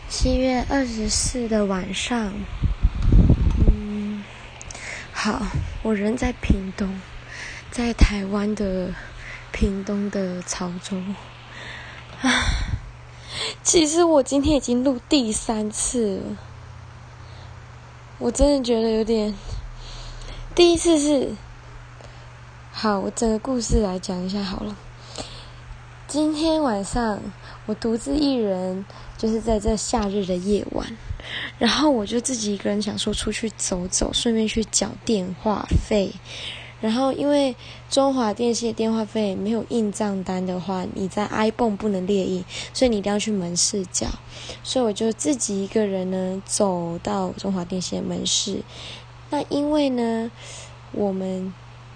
7月24的晚上，好，我人在屏东，在台湾的屏东的潮州。其实我今天已经录第3次了，我真的觉得有点。第一次是，好，我整个故事来讲一下好了。今天晚上我独自一人，就是在这夏日的夜晚，然后我就自己一个人想说出去走走，顺便去缴电话费。然后因为中华电信的电话费没有印账单的话，你在 iPhone 不能列印，所以你一定要去门市缴。所以我就自己一个人呢走到中华电信的门市。那因为呢，我们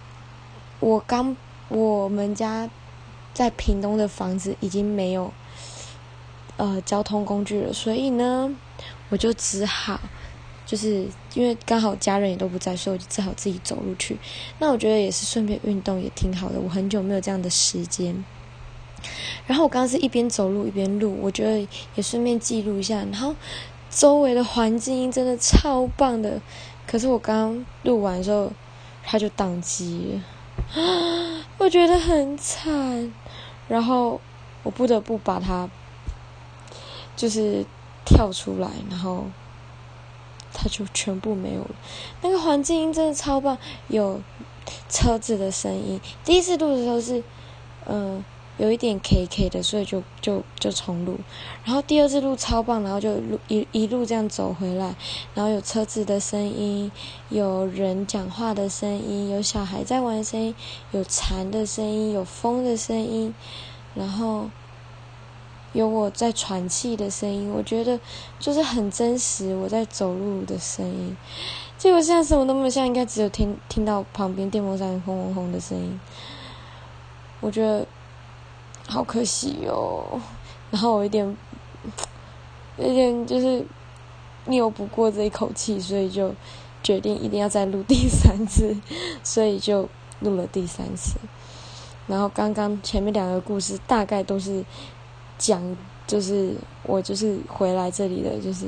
家在屏东的房子已经没有交通工具了，所以呢，我就只好就是因为刚好家人也都不在，所以我就只好自己走路去。那我觉得也是顺便运动，也挺好的。我很久没有这样的时间。然后我刚刚是一边走路一边录，我觉得也顺便记录一下。然后周围的环境真的超棒的，可是我刚刚录完的时候，它就宕机了，我觉得很惨。然后我不得不把它就是跳出来，然后它就全部没有了。那个环境音真的超棒，有车子的声音。第一次录的时候是有一点 KK 的，所以就重录。然后第二次录超棒，然后就一路这样走回来，然后有车子的声音，有人讲话的声音，有小孩在玩的声音，有蝉的声音，有风的声音，然后有我在喘气的声音，我觉得就是很真实我在走路的声音。结果现在什么都没有，现在应该只有听到旁边电风扇轰轰轰的声音，我觉得好可惜哦。然后我有点就是拗不过这一口气，所以就决定一定要再录第3次，所以就录了第3次。然后刚刚前面2个故事大概都是讲，就是我就是回来这里的就是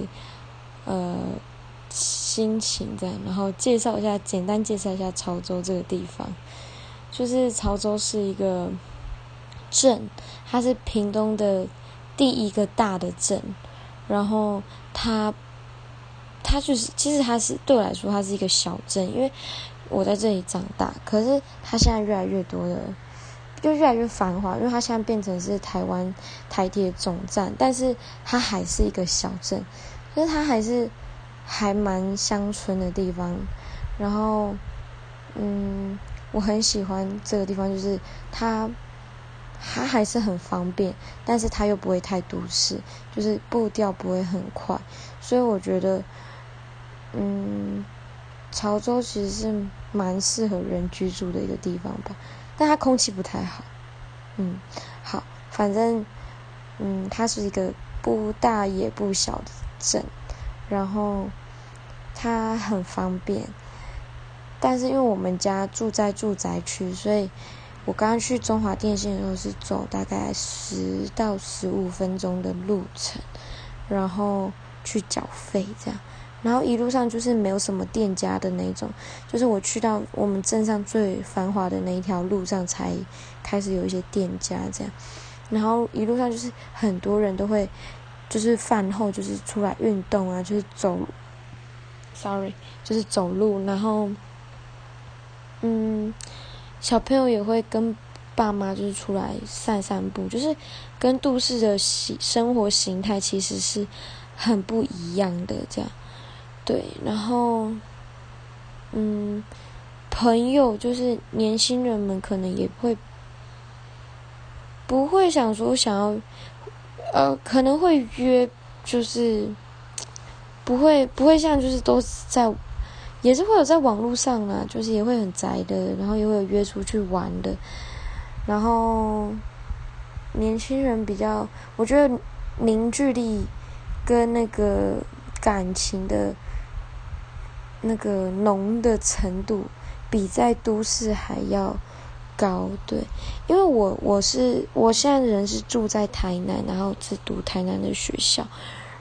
心情这样，然后简单介绍一下潮州这个地方。就是潮州是一个镇，它是屏东的第一个大的镇，然后它就是其实它是对我来说它是一个小镇，因为我在这里长大，可是它现在越来越多的就越来越繁华，因为它现在变成是台湾台铁总站，但是它还是一个小镇，可是它还蛮乡村的地方。然后我很喜欢这个地方，就是它还是很方便，但是它又不会太都市，就是步调不会很快，所以我觉得潮州其实是蛮适合人居住的一个地方吧，但它空气不太好。好，反正它是一个不大也不小的镇，然后它很方便，但是因为我们家住在住宅区，所以我刚刚去中华电信的时候是走大概10到15分钟的路程，然后去缴费这样。然后一路上就是没有什么店家的那种，就是我去到我们镇上最繁华的那一条路上才开始有一些店家这样。然后一路上就是很多人都会就是饭后就是出来运动啊，就是就是走路，然后小朋友也会跟爸妈就是出来散散步，就是跟都市的生活形态其实是很不一样的这样。对，然后朋友就是年轻人们可能也不会想可能会约，就是不会像就是都在，也是会有在网络上啦，就是也会很宅的，然后也会有约出去玩的。然后年轻人比较，我觉得凝聚力跟那个感情的那个浓的程度比在都市还要高。对，因为我现在人是住在台南，然后是读台南的学校，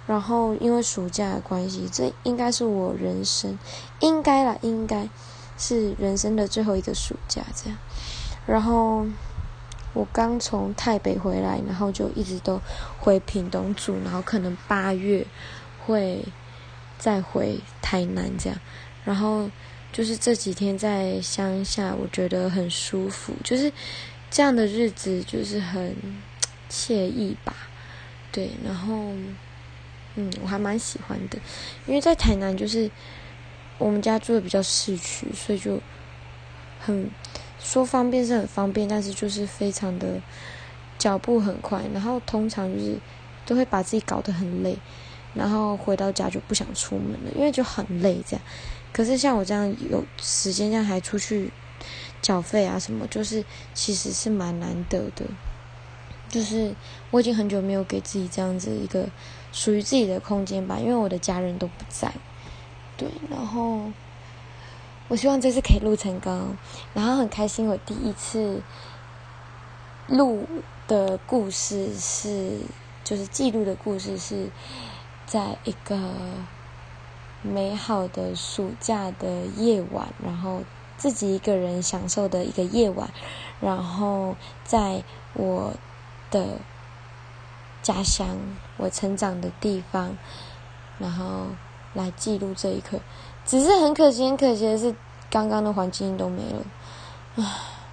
然后因为暑假的关系，这应该是我人生应该是人生的最后一个暑假这样。然后我刚从台北回来，然后就一直都回屏东住，然后可能8月会再回台南这样。然后就是这几天在乡下，我觉得很舒服，就是这样的日子就是很惬意吧。对，然后我还蛮喜欢的，因为在台南就是我们家住的比较市区，所以就很说方便是很方便，但是就是非常的脚步很快，然后通常就是都会把自己搞得很累，然后回到家就不想出门了，因为就很累这样。可是像我这样有时间这样还出去缴费啊什么，就是其实是蛮难得的。就是我已经很久没有给自己这样子一个属于自己的空间吧，因为我的家人都不在。对，然后我希望这次可以录成功，然后很开心我第一次录的故事就是记录的故事是在一个美好的暑假的夜晚，然后自己一个人享受的一个夜晚，然后在我的家乡，我成长的地方，然后来记录这一刻。只是很可惜的是，刚刚的环境都没了，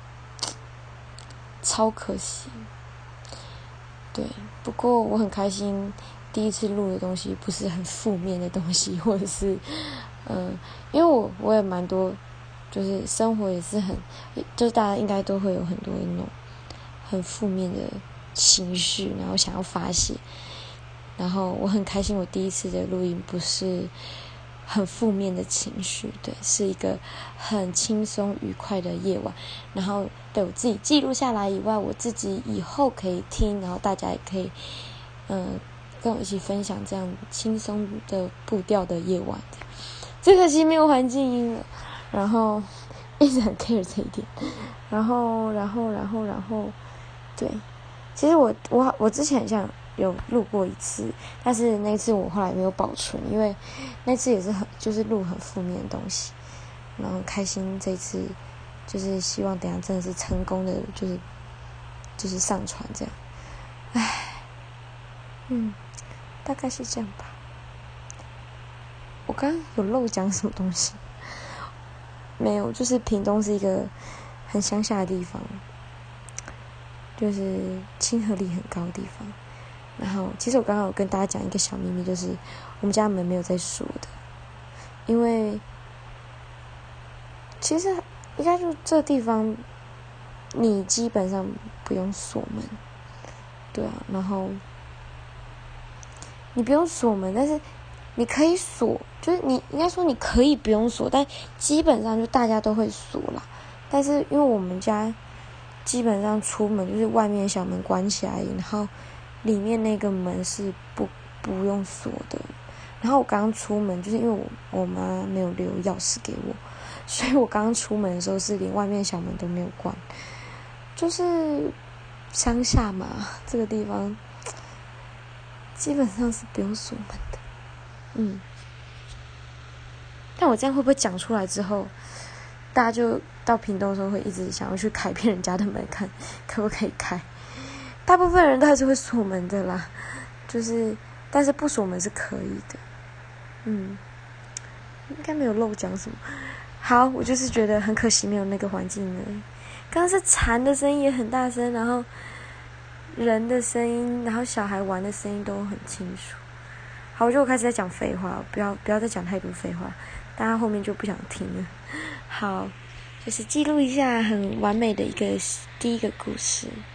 超可惜。对，不过我很开心，第一次录的东西不是很负面的东西，或者是，因为我也蛮多，就是生活也是很，就是大家应该都会有很多那种很负面的情绪，然后想要发泄。然后我很开心，我第一次的录音不是很负面的情绪，对，是一个很轻松愉快的夜晚。然后对我自己记录下来以外，我自己以后可以听，然后大家也可以跟我一起分享这样轻松的步调的夜晚。只可惜没有环境音了，然后一直很 care 这一点。然后对，其实我之前好像有录过一次，但是那次我后来没有保存，因为那次也是就是录很负面的东西。然后开心这次就是希望等一下真的是成功的，就是上传这样。大概是这样吧。我刚刚有漏讲什么东西？没有，就是屏东是一个很乡下的地方，就是亲和力很高的地方。然后其实我刚刚有跟大家讲一个小秘密，就是我们家门没有在锁的，因为其实应该就这地方你基本上不用锁门，对啊，然后你不用锁门，但是你可以锁，就是你应该说你可以不用锁，但基本上就大家都会锁啦。但是因为我们家基本上出门就是外面小门关起来，然后里面那个门是不用锁的。然后我刚刚出门，就是因为我妈没有留钥匙给我，所以我刚刚出门的时候是连外面小门都没有关。就是乡下嘛，这个地方基本上是不用锁门的。但我这样会不会讲出来之后，大家就到屏东的时候会一直想要去开别人家的门，看可不可以开？大部分人都还是会锁门的啦，就是但是不锁门是可以的。应该没有漏讲什么。好，我就是觉得很可惜没有那个环境而已。刚刚是蝉的声音也很大声，然后人的声音，然后小孩玩的声音都很清楚。好，我觉得我开始在讲废话，不要再讲太多废话，大家后面就不想听了。好，就是记录一下很完美的第一个故事。